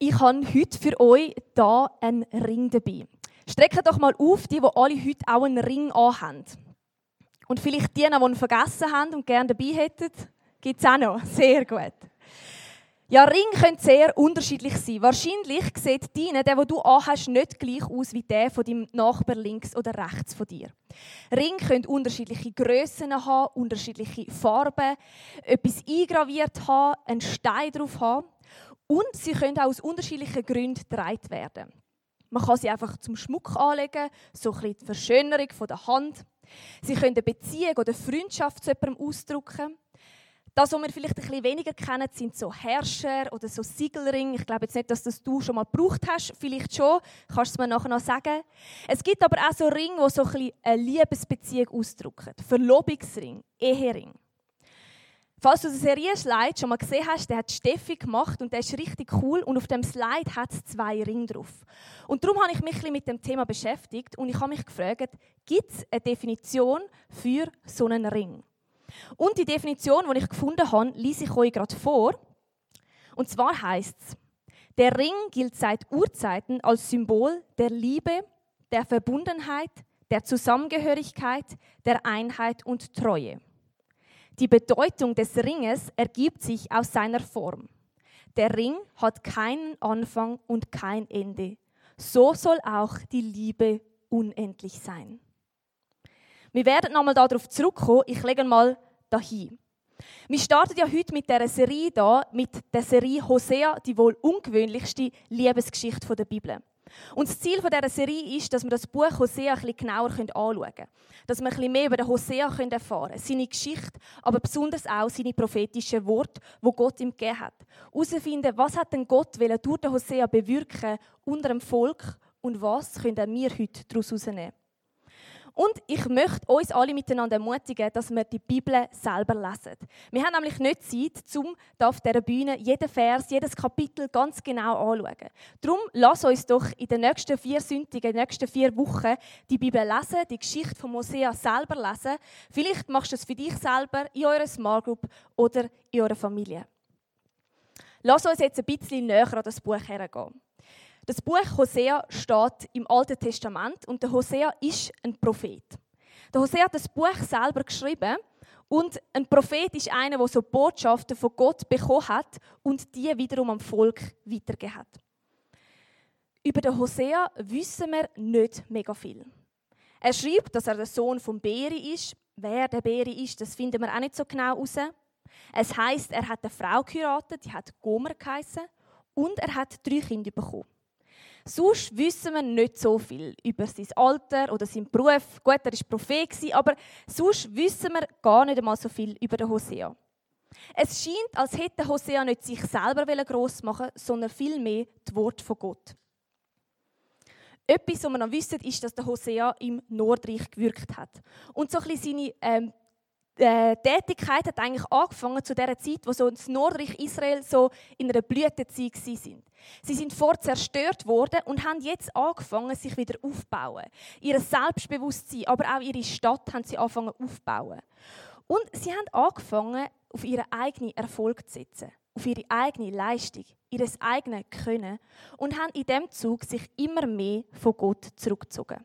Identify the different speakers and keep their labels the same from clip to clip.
Speaker 1: ich habe heute für euch hier einen Ring dabei. Streckt doch mal auf, die alle heute auch einen Ring anhaben. Und vielleicht die, die ihn vergessen haben und gerne dabei hätten, gibt es auch noch. Sehr gut. Ja, Ringe können sehr unterschiedlich sein. Wahrscheinlich sieht deine, der du anhast, nicht gleich aus wie der von deinem Nachbar links oder rechts von dir. Ringe können unterschiedliche Grössen haben, unterschiedliche Farben, etwas eingraviert haben, einen Stein drauf haben. Und sie können auch aus unterschiedlichen Gründen getragen werden. Man kann sie einfach zum Schmuck anlegen, so ein bisschen die Verschönerung von der Hand. Sie können eine Beziehung oder Freundschaft zu jemandem ausdrücken. Das, was wir vielleicht ein bisschen weniger kennen, sind so Herrscher oder so Siegelringe. Ich glaube jetzt nicht, dass das du schon mal gebraucht hast. Vielleicht schon. Kannst du es mir nachher noch sagen. Es gibt aber auch so Ringe, die so ein bisschen eine Liebesbeziehung ausdrücken. Verlobungsring, Ehering. Falls du den Serien-Slide schon mal gesehen hast, den hat Steffi gemacht und der ist richtig cool. Und auf dem Slide hat es 2 Ringe drauf. Und darum habe ich mich ein bisschen mit dem Thema beschäftigt und ich habe mich gefragt, gibt es eine Definition für so einen Ring? Und die Definition, die ich gefunden habe, lese ich euch gerade vor. Und zwar heisst es: Der Ring gilt seit Urzeiten als Symbol der Liebe, der Verbundenheit, der Zusammengehörigkeit, der Einheit und Treue. Die Bedeutung des Ringes ergibt sich aus seiner Form. Der Ring hat keinen Anfang und kein Ende. So soll auch die Liebe unendlich sein. Wir werden nochmal darauf zurückkommen. Ich lege mal dahin. Wir starten ja heute mit dieser Serie hier, mit der Serie Hosea, die wohl ungewöhnlichste Liebesgeschichte der Bibel. Und das Ziel dieser Serie ist, dass wir das Buch Hosea ein bisschen genauer anschauen können. Dass wir ein bisschen mehr über den Hosea erfahren können. Seine Geschichte, aber besonders auch seine prophetischen Worte, die Gott ihm gegeben hat. Herausfinden, was hat denn Gott durch den Hosea bewirken unter dem Volk und was können wir heute daraus herausnehmen. Und ich möchte uns alle miteinander ermutigen, dass wir die Bibel selber lesen. Wir haben nämlich nicht Zeit, um hier auf dieser Bühne jeden Vers, jedes Kapitel ganz genau anzuschauen. Darum lass uns doch in den nächsten 4 Sonntagen, in den nächsten 4 Wochen die Bibel lesen, die Geschichte von Hosea selber lesen. Vielleicht machst du es für dich selber, in eurer Small Group oder in eurer Familie. Lass uns jetzt ein bisschen näher an das Buch hergehen. Das Buch Hosea steht im Alten Testament und der Hosea ist ein Prophet. Der Hosea hat das Buch selber geschrieben und ein Prophet ist einer, der so Botschaften von Gott bekommen hat und die wiederum am Volk weitergegeben hat. Über den Hosea wissen wir nicht mega viel. Er schreibt, dass er der Sohn von Beri ist. Wer der Beri ist, das finden wir auch nicht so genau heraus. Es heisst, er hat eine Frau geheiratet, die hat Gomer geheissen, und er hat 3 Kinder bekommen. Sonst wissen wir nicht so viel über sein Alter oder seinen Beruf. Gut, er war Prophet, aber sonst wissen wir gar nicht einmal so viel über den Hosea. Es scheint, als hätte Hosea nicht sich selber gross machen, sondern vielmehr die Worte von Gott. Etwas, was wir noch wissen, ist, dass der Hosea im Nordreich gewirkt hat. Und so ein bisschen seine Tätigkeit hat eigentlich angefangen zu der Zeit, wo so das Nordreich Israel so in einer Blütezeit waren. Sie sind vorher zerstört worden und haben jetzt angefangen, sich wieder aufzubauen. Ihr Selbstbewusstsein, aber auch ihre Stadt haben sie angefangen aufzubauen. Und sie haben angefangen, auf ihren eigenen Erfolg zu setzen, auf ihre eigene Leistung, ihr eigenes Können und haben in diesem Zug sich immer mehr von Gott zurückgezogen.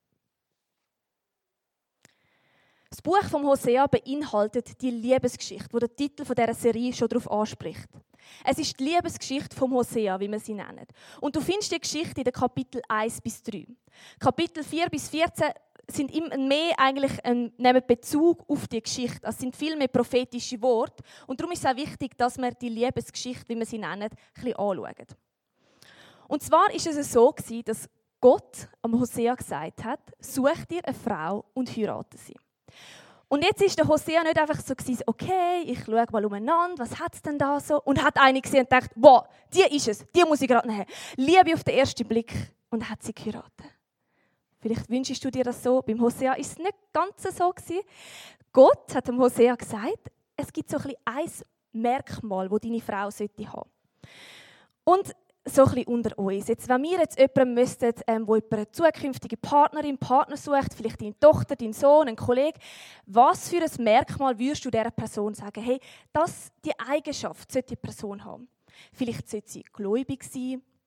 Speaker 1: Das Buch von Hosea beinhaltet die Liebesgeschichte, wo der Titel dieser Serie schon darauf anspricht. Es ist die Liebesgeschichte von Hosea, wie wir sie nennen. Und du findest die Geschichte in den Kapitel 1 bis 3. Kapitel 4 bis 14 sind immer mehr eigentlich nehmen Bezug auf die Geschichte. Es sind viel mehr prophetische Worte. Und darum ist es auch wichtig, dass wir die Liebesgeschichte, wie wir sie nennen, ein bisschen anschauen. Und zwar war es so, dass Gott am Hosea gesagt hat, such dir eine Frau und heirate sie. Und jetzt ist der Hosea nicht einfach so gewesen, okay, ich schaue mal umeinander, was hat es denn da so? Und hat eine gesehen und gedacht, wow, die ist es, die muss ich gerade nehmen. Liebe auf den ersten Blick. Und hat sie geheiratet. Vielleicht wünschst du dir das so. Beim Hosea ist es nicht ganz so gewesen. Gott hat dem Hosea gesagt, es gibt so ein Merkmal, das deine Frau haben sollte. Und so ein bisschen unter uns. Jetzt, wenn wir jetzt jemanden müssten, der eine zukünftige Partnerin, Partner sucht, vielleicht deine Tochter, dein Sohn, ein Kollege, was für ein Merkmal würdest du dieser Person sagen, hey, die Eigenschaft sollte die Person haben? Vielleicht sollte sie gläubig sein,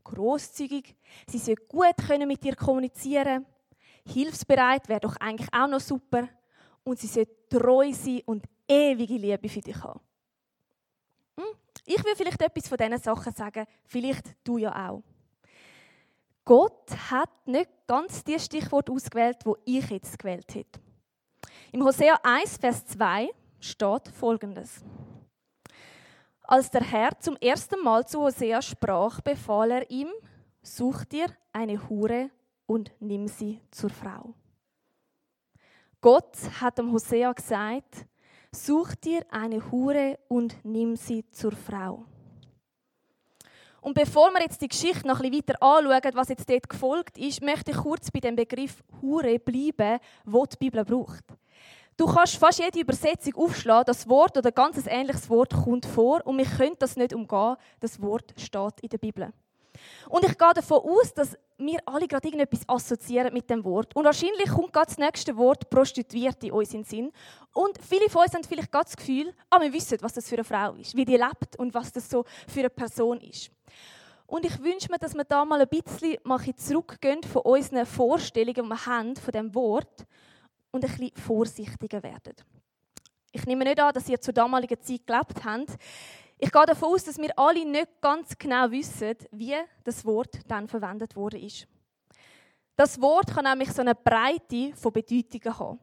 Speaker 1: grosszügig, sie soll gut mit dir kommunizieren, hilfsbereit wäre doch eigentlich auch noch super und sie soll treu sein und ewige Liebe für dich haben. Ich will vielleicht etwas von diesen Sachen sagen, vielleicht du ja auch. Gott hat nicht ganz die Stichworte ausgewählt, wo ich jetzt gewählt hätte. Im Hosea 1, Vers 2 steht Folgendes. Als der Herr zum ersten Mal zu Hosea sprach, befahl er ihm, such dir eine Hure und nimm sie zur Frau. Gott hat dem Hosea gesagt, such dir eine Hure und nimm sie zur Frau. Und bevor wir jetzt die Geschichte noch ein bisschen weiter anschauen, was jetzt dort gefolgt ist, möchte ich kurz bei dem Begriff Hure bleiben, den die Bibel braucht. Du kannst fast jede Übersetzung aufschlagen, das Wort oder ein ganz ähnliches Wort kommt vor und wir können das nicht umgehen, das Wort steht in der Bibel. Und ich gehe davon aus, dass wir alle gerade irgendetwas assoziieren mit dem Wort. Und wahrscheinlich kommt gerade das nächste Wort Prostituierte in uns in den Sinn. Und viele von uns haben vielleicht gerade das Gefühl, wir wissen, was das für eine Frau ist, wie die lebt und was das so für eine Person ist. Und ich wünsche mir, dass wir da mal ein bisschen zurückgehen von unseren Vorstellungen, die wir haben von diesem Wort und ein bisschen vorsichtiger werden. Ich nehme nicht an, dass ihr zur damaligen Zeit gelebt habt. Ich gehe davon aus, dass wir alle nicht ganz genau wissen, wie das Wort dann verwendet wurde. Das Wort kann nämlich so eine Breite von Bedeutungen haben.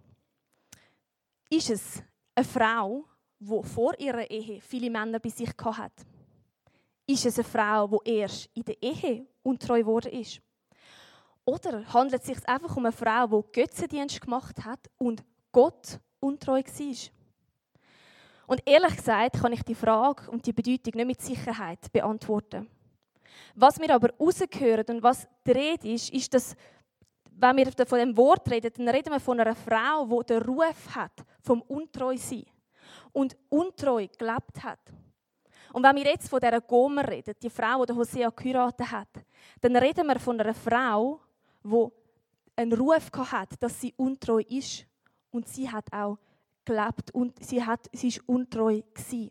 Speaker 1: Ist es eine Frau, die vor ihrer Ehe viele Männer bei sich hatte? Ist es eine Frau, die erst in der Ehe untreu geworden ist? Oder handelt es sich einfach um eine Frau, die Götzendienst gemacht hat und Gott untreu war? Und ehrlich gesagt kann ich die Frage und die Bedeutung nicht mit Sicherheit beantworten. Was wir aber rausgehören und was die Rede ist, dass, wenn wir von dem Wort reden, dann reden wir von einer Frau, die den Ruf hat vom Untreusein und untreu gelebt hat. Und wenn wir jetzt von dieser Gomer reden, die Frau, die Hosea geheiratet hat, dann reden wir von einer Frau, die einen Ruf hat, dass sie untreu ist. Und sie hat auch gelebt und sie ist untreu gewesen.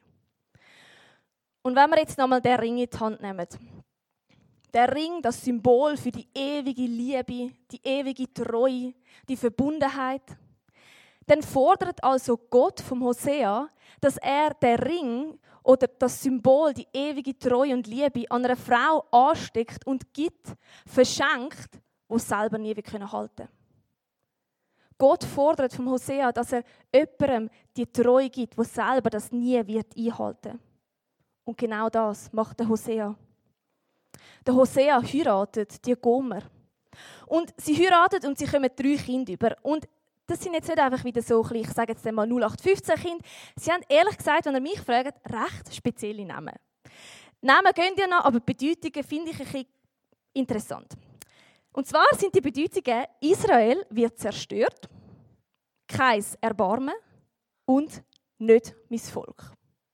Speaker 1: Und wenn wir jetzt nochmal den Ring in die Hand nehmen, der Ring, das Symbol für die ewige Liebe, die ewige Treue, die Verbundenheit, dann fordert also Gott vom Hosea, dass er den Ring oder das Symbol, die ewige Treue und Liebe an einer Frau ansteckt und gibt, verschenkt, die es selber nie halten können. Gott fordert vom Hosea, dass er jemandem die Treue gibt, der selber das nie wird einhalten. Und genau das macht der Hosea. Der Hosea heiratet die Gomer. Und sie heiratet und sie kommen 3 Kinder über. Und das sind jetzt nicht einfach wieder so, ich sage jetzt mal 0815 Kinder. Sie haben ehrlich gesagt, wenn ihr mich fragt, recht spezielle Namen. Namen gehen ja noch, aber Bedeutungen finde ich ein bisschen interessant. Und zwar sind die Bedeutungen, Israel wird zerstört, kein Erbarmen und nicht mein Volk.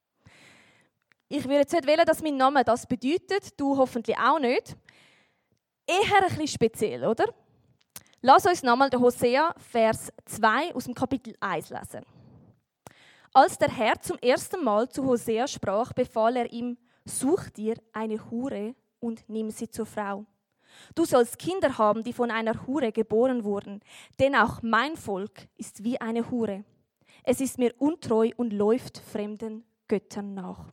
Speaker 1: Ich würde jetzt nicht wollen, dass mein Name das bedeutet, du hoffentlich auch nicht. Eher ein bisschen speziell, oder? Lass uns nochmal den Hosea, Vers 2 aus dem Kapitel 1 lesen. Als der Herr zum ersten Mal zu Hosea sprach, befahl er ihm, such dir eine Hure und nimm sie zur Frau. Du sollst Kinder haben, die von einer Hure geboren wurden, denn auch mein Volk ist wie eine Hure. Es ist mir untreu und läuft fremden Göttern nach.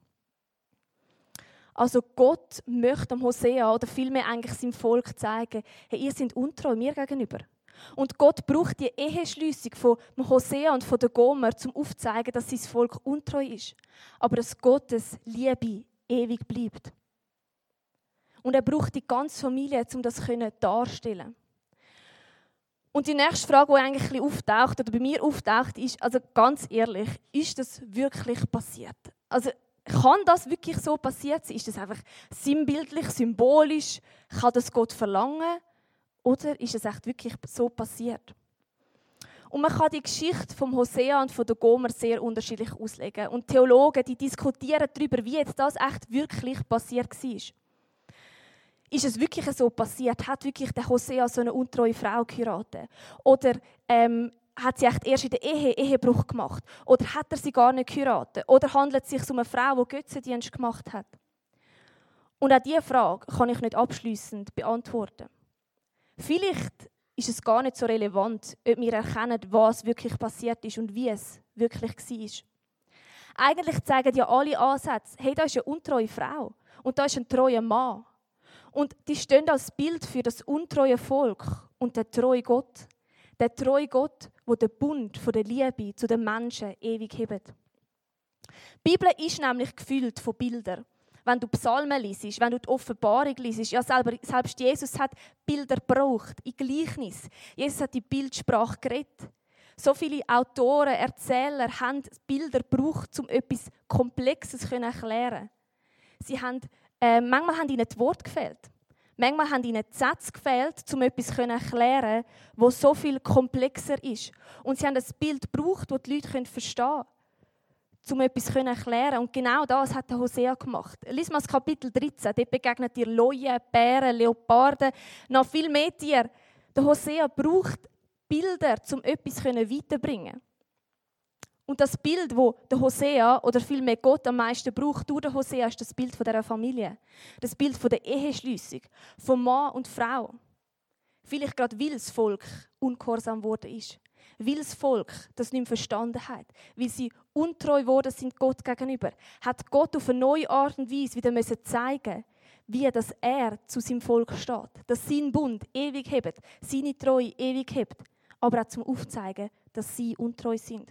Speaker 1: Also Gott möchte dem Hosea oder vielmehr eigentlich seinem Volk zeigen, hey, ihr seid untreu mir gegenüber. Und Gott braucht die Eheschliessung von Hosea und von der Gomer, um aufzuzeigen, dass sein Volk untreu ist. Aber dass Gottes Liebe ewig bleibt. Und er braucht die ganze Familie, um das darzustellen. Und die nächste Frage, die eigentlich ein bisschen auftaucht, oder bei mir auftaucht, ist, also ganz ehrlich, ist das wirklich passiert? Also kann das wirklich so passiert sein? Ist das einfach sinnbildlich, symbolisch? Kann das Gott verlangen? Oder ist es echt wirklich so passiert? Und man kann die Geschichte vom Hosea und von der Gomer sehr unterschiedlich auslegen. Und Theologen, die diskutieren darüber, wie jetzt das echt wirklich passiert war. Ist es wirklich so passiert? Hat wirklich der Hosea so eine untreue Frau geheiratet? Oder hat sie echt erst in der Ehe Ehebruch gemacht? Oder hat er sie gar nicht geheiratet? Oder handelt es sich um eine Frau, die Götzendienst gemacht hat? Und auch diese Frage kann ich nicht abschliessend beantworten. Vielleicht ist es gar nicht so relevant, ob wir erkennen, was wirklich passiert ist und wie es wirklich war. Eigentlich zeigen ja alle Ansätze, hey, da ist eine untreue Frau und da ist ein treuer Mann. Und die stehen als Bild für das untreue Volk und den treuen Gott. Der treue Gott, der den Bund von der Liebe zu den Menschen ewig hebt. Die Bibel ist nämlich gefüllt von Bildern. Wenn du Psalmen liest, wenn du die Offenbarung liest, ja selbst Jesus hat Bilder gebraucht, in Gleichnis. Jesus hat die Bildsprache geredet. So viele Autoren, Erzähler haben Bilder gebraucht, um etwas Komplexes zu erklären. Manchmal haben ihnen die Worte gefehlt. Manchmal haben ihnen die Sätze gefehlt, um etwas zu erklären, das so viel komplexer ist. Und sie haben ein Bild gebraucht, das die Leute verstehen können, um etwas zu erklären. Und genau das hat der Hosea gemacht. Lies mal das Kapitel 13. Dort begegnet dir Löwen, Bären, Leoparden, noch viel mehr Tiere. Der Hosea braucht Bilder, um etwas weiterzubringen. Und das Bild, das der Hosea oder vielmehr Gott am meisten braucht, durch den Hosea, ist das Bild von dieser Familie. Das Bild von der Eheschliessung, von Mann und Frau. Vielleicht gerade, weil das Volk ungehorsam geworden ist. Weil das Volk das nicht mehr verstanden hat. Weil sie untreu geworden sind Gott gegenüber. Hat Gott auf eine neue Art und Weise wieder zeigen, wie dass er zu seinem Volk steht. Dass sein Bund ewig hebt, seine Treue ewig hebt. Aber auch zum Aufzeigen, dass sie untreu sind.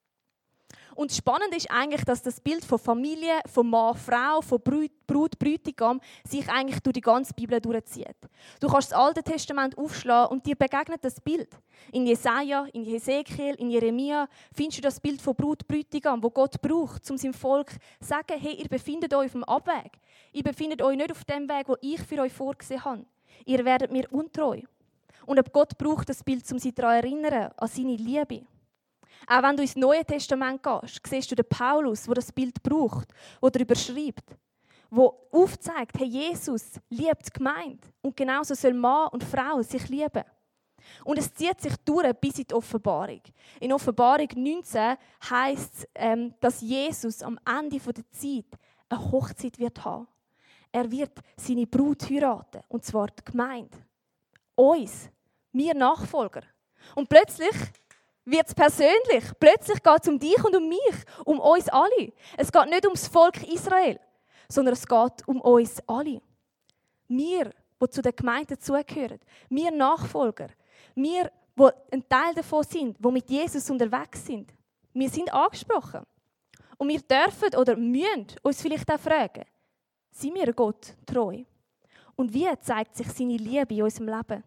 Speaker 1: Und spannend ist eigentlich, dass das Bild von Familie, von Mann, Frau, von Brut, Bräutigam sich eigentlich durch die ganze Bibel durchzieht. Du kannst das Alte Testament aufschlagen und dir begegnet das Bild. In Jesaja, in Hesekiel, in Jeremia findest du das Bild von Brut, Bräutigam, wo Gott braucht, um seinem Volk zu sagen, hey, ihr befindet euch auf dem Abweg. Ihr befindet euch nicht auf dem Weg, den ich für euch vorgesehen habe. Ihr werdet mir untreu. Und ob Gott braucht das Bild, um sie daran zu erinnern, an seine Liebe. Auch wenn du ins Neue Testament gehst, siehst du den Paulus, der das Bild braucht, der darüber schreibt, der aufzeigt, hey, Jesus liebt die Gemeinde und genauso soll Mann und Frau sich lieben. Und es zieht sich durch bis in die Offenbarung. In Offenbarung 19 heisst es, dass Jesus am Ende der Zeit eine Hochzeit wird haben. Er wird seine Brut heiraten, und zwar die Gemeinde. Uns, wir Nachfolger. Und plötzlich wird es persönlich. Plötzlich geht es um dich und um mich, um uns alle. Es geht nicht ums Volk Israel, sondern es geht um uns alle. Wir, die zu der Gemeinde dazugehören, wir Nachfolger, wir, die ein Teil davon sind, die mit Jesus unterwegs sind, wir sind angesprochen. Und wir dürfen oder müssen uns vielleicht auch fragen, sind wir Gott treu? Und wie zeigt sich seine Liebe in unserem Leben?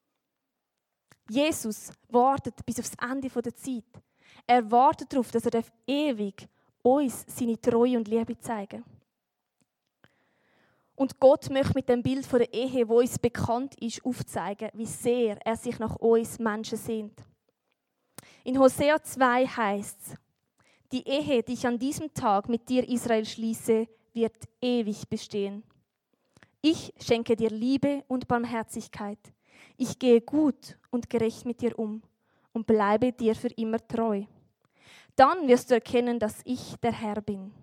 Speaker 1: Jesus wartet bis aufs Ende der Zeit. Er wartet darauf, dass er ewig uns seine Treue und Liebe zeigen darf. Und Gott möchte mit dem Bild der Ehe, wo uns bekannt ist, aufzeigen, wie sehr er sich nach uns Menschen sehnt. In Hosea 2 heißt es, die Ehe, die ich an diesem Tag mit dir, Israel, schließe, wird ewig bestehen. Ich schenke dir Liebe und Barmherzigkeit. Ich gehe gut und gerecht mit dir um und bleibe dir für immer treu. Dann wirst du erkennen, dass ich der Herr bin.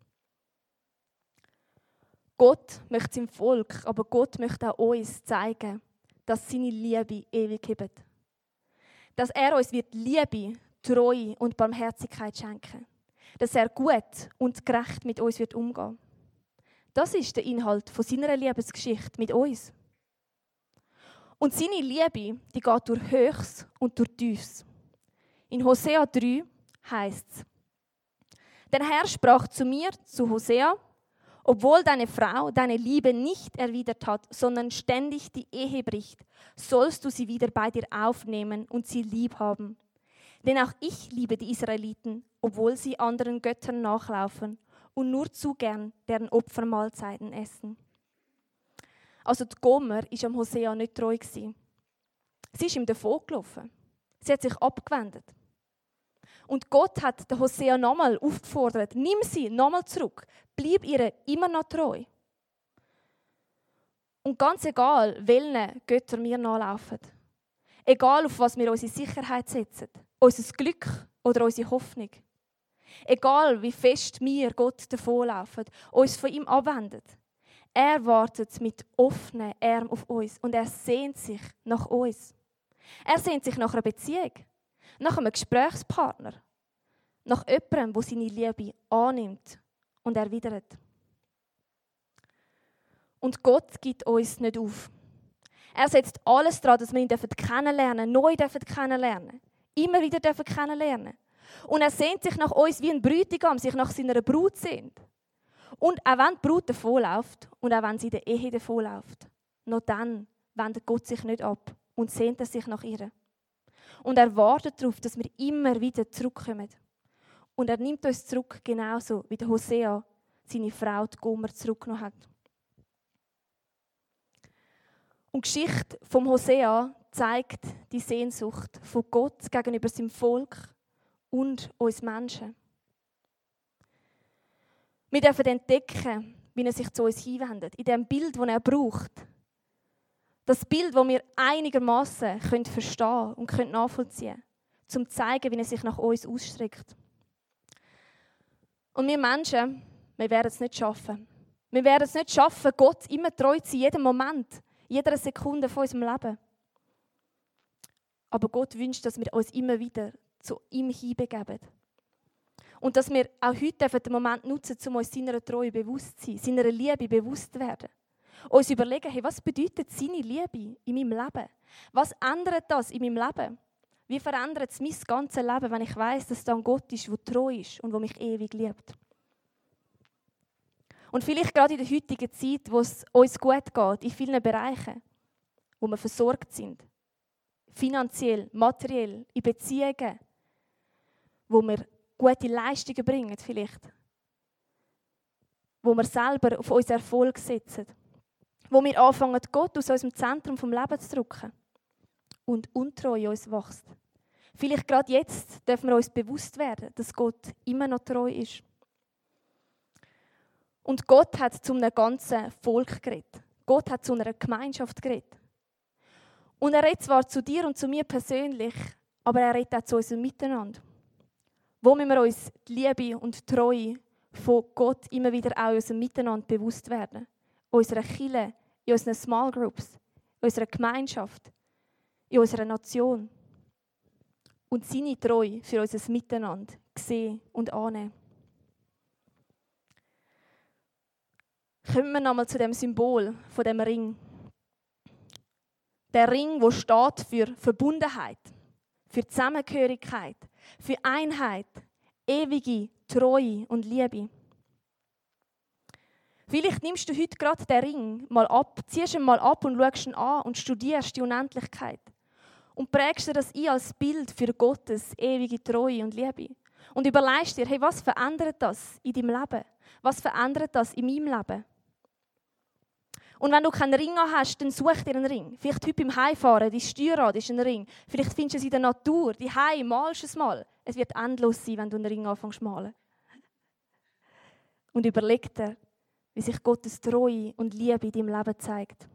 Speaker 1: Gott möchte seinem Volk, aber Gott möchte auch uns zeigen, dass seine Liebe ewig hebt. Dass er uns wird Liebe, Treue und Barmherzigkeit schenken. Dass er gut und gerecht mit uns wird umgehen. Das ist der Inhalt von seiner Liebesgeschichte mit uns. Und seine Liebe, die geht durch Höchst und durch Tiefs. In Hosea 3 heißt es, der Herr sprach zu mir, zu Hosea, obwohl deine Frau deine Liebe nicht erwidert hat, sondern ständig die Ehe bricht, sollst du sie wieder bei dir aufnehmen und sie lieb haben. Denn auch ich liebe die Israeliten, obwohl sie anderen Göttern nachlaufen und nur zu gern deren Opfermahlzeiten essen. Also die Gomer war am Hosea nicht treu. Sie ist ihm davongelaufen. Sie hat sich abgewendet. Und Gott hat den Hosea nochmal aufgefordert, nimm sie nochmal zurück, bleib ihr immer noch treu. Und ganz egal, welchen Göttern wir nachlaufen, egal auf was wir unsere Sicherheit setzen, unser Glück oder unsere Hoffnung, egal wie fest wir Gott davonlaufen, uns von ihm abwenden, Er wartet mit offenen Armen auf uns und er sehnt sich nach uns. Er sehnt sich nach einer Beziehung, nach einem Gesprächspartner, nach jemandem, der seine Liebe annimmt und erwidert. Und Gott gibt uns nicht auf. Er setzt alles daran, dass wir ihn kennenlernen, neu kennenlernen, immer wieder kennenlernen. Und er sehnt sich nach uns, wie ein Bräutigam sich nach seiner Brut sehnt. Und auch wenn die Brut davonläuft und auch wenn sie in der Ehe davonläuft, noch dann wendet Gott sich nicht ab und sehnt er sich nach ihr. Und er wartet darauf, dass wir immer wieder zurückkommen. Und er nimmt uns zurück, genauso wie der Hosea seine Frau die Gomer zurückgenommen hat. Und die Geschichte vom Hosea zeigt die Sehnsucht von Gott gegenüber seinem Volk und uns Menschen. Wir dürfen entdecken, wie er sich zu uns hinwendet, in dem Bild, das er braucht. Das Bild, das wir einigermaßen verstehen und nachvollziehen können, um zu zeigen, wie er sich nach uns ausstreckt. Und wir Menschen, wir werden es nicht schaffen. Wir werden es nicht schaffen, Gott immer treu zu sein, jedem Moment, jeder Sekunde von unserem Leben. Aber Gott wünscht, dass wir uns immer wieder zu ihm hinbegeben. Und dass wir auch heute den Moment nutzen, um uns seiner Treue bewusst zu sein, seiner Liebe bewusst zu werden. Uns überlegen, hey, was bedeutet seine Liebe in meinem Leben? Was ändert das in meinem Leben? Wie verändert es mein ganzes Leben, wenn ich weiss, dass da ein Gott ist, der treu ist und der mich ewig liebt? Und vielleicht gerade in der heutigen Zeit, wo es uns gut geht, in vielen Bereichen, wo wir versorgt sind, finanziell, materiell, in Beziehungen, wo wir gute Leistungen bringen vielleicht, wo wir selber auf unseren Erfolg setzen, wo wir anfangen, Gott aus unserem Zentrum vom Leben zu drücken und Untreue in uns wächst. Vielleicht gerade jetzt dürfen wir uns bewusst werden, dass Gott immer noch treu ist. Und Gott hat zu einem ganzen Volk geredet. Gott hat zu einer Gemeinschaft geredet. Und er redet zwar zu dir und zu mir persönlich, aber er redet auch zu unserem Miteinander. Wo müssen wir uns die Liebe und die Treue von Gott immer wieder auch in unserem Miteinander bewusst werden? In unserer Kirche, in unseren Small Groups, in unserer Gemeinschaft, in unserer Nation. Und seine Treue für unser Miteinander sehen und annehmen. Kommen wir nochmal zu dem Symbol von dem Ring. Der Ring, der steht für Verbundenheit, für Zusammengehörigkeit, für Einheit, ewige Treue und Liebe. Vielleicht nimmst du heute gerade den Ring mal ab, ziehst ihn mal ab und schaust ihn an und studierst die Unendlichkeit. Und prägst dir das ein als Bild für Gottes ewige Treue und Liebe. Und überlegst dir, hey, was verändert das in deinem Leben? Was verändert das in meinem Leben? Und wenn du keinen Ring hast, dann such dir einen Ring. Vielleicht heute beim Heimfahren, dein Steuerrad ist ein Ring. Vielleicht findest du es in der Natur, die Heim, malst es mal. Es wird endlos sein, wenn du einen Ring anfängst zu malen. Und überleg dir, wie sich Gottes Treue und Liebe in deinem Leben zeigt.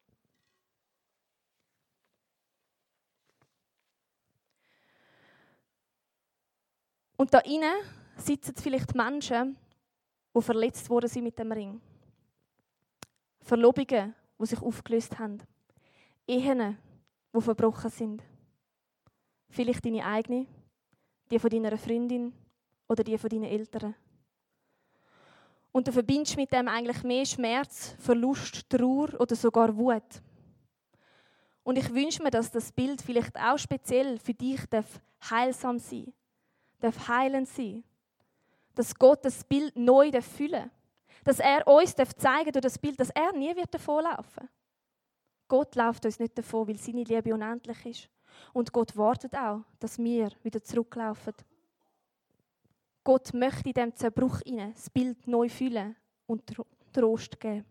Speaker 1: Und da innen sitzen vielleicht Menschen, die verletzt worden sind mit dem Ring. Verlobungen, die sich aufgelöst haben. Ehen, die verbrochen sind. Vielleicht deine eigene, die von deiner Freundin oder die von deinen Eltern. Und du verbindest mit dem eigentlich mehr Schmerz, Verlust, Trauer oder sogar Wut. Und ich wünsche mir, dass das Bild vielleicht auch speziell für dich heilsam sein darf, heilend sein. Dass Gott das Bild neu füllen darf. Dass er uns zeigen durch das Bild, dass er nie davonlaufen wird. Gott läuft uns nicht davon, weil seine Liebe unendlich ist. Und Gott wartet auch, dass wir wieder zurücklaufen. Gott möchte in diesem Zerbruch das Bild neu füllen und Trost geben.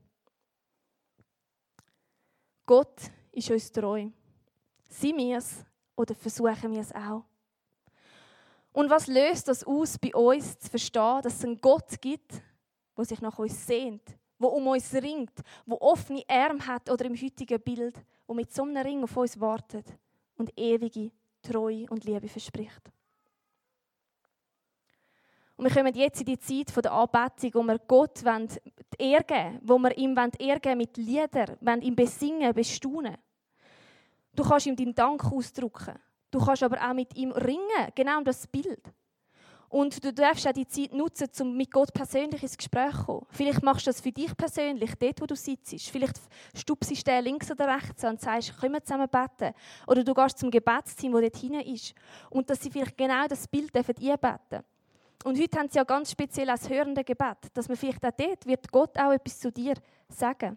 Speaker 1: Gott ist uns treu. Sind wir es oder versuchen wir es auch? Und was löst das aus, bei uns zu verstehen, dass es einen Gott gibt, der sich nach uns sehnt, der um uns ringt, der offene Arme hat oder im heutigen Bild, der mit so einem Ring auf uns wartet und ewige Treue und Liebe verspricht. Und wir kommen jetzt in die Zeit der Anbetung, wo wir Gott die Ehre geben wollen, wo wir ihm Ehre geben mit Liedern, ihm besingen, bestaunen. Du kannst ihm deinen Dank ausdrücken. Du kannst aber auch mit ihm ringen, genau um das Bild. Und du darfst auch die Zeit nutzen, um mit Gott persönlich ins Gespräch zu kommen. Vielleicht machst du das für dich persönlich, dort, wo du sitzt. Vielleicht stupsst du links oder rechts an und sagst, können wir zusammen beten. Oder du gehst zum Gebetsteam, das dort hinten ist. Und dass sie vielleicht genau das Bild einbeten dürfen. Und heute haben sie ja ganz speziell als hörende Gebet, dass man vielleicht auch dort wird Gott auch etwas zu dir sagen.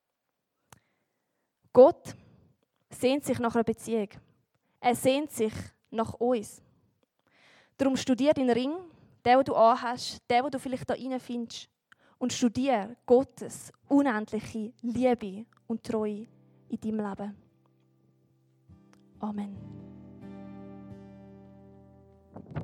Speaker 1: Gott sehnt sich nach einer Beziehung. Er sehnt sich nach uns. Darum studier den Ring, den du anhast, den du vielleicht da rein findest. Und studier Gottes unendliche Liebe und Treue in deinem Leben. Amen.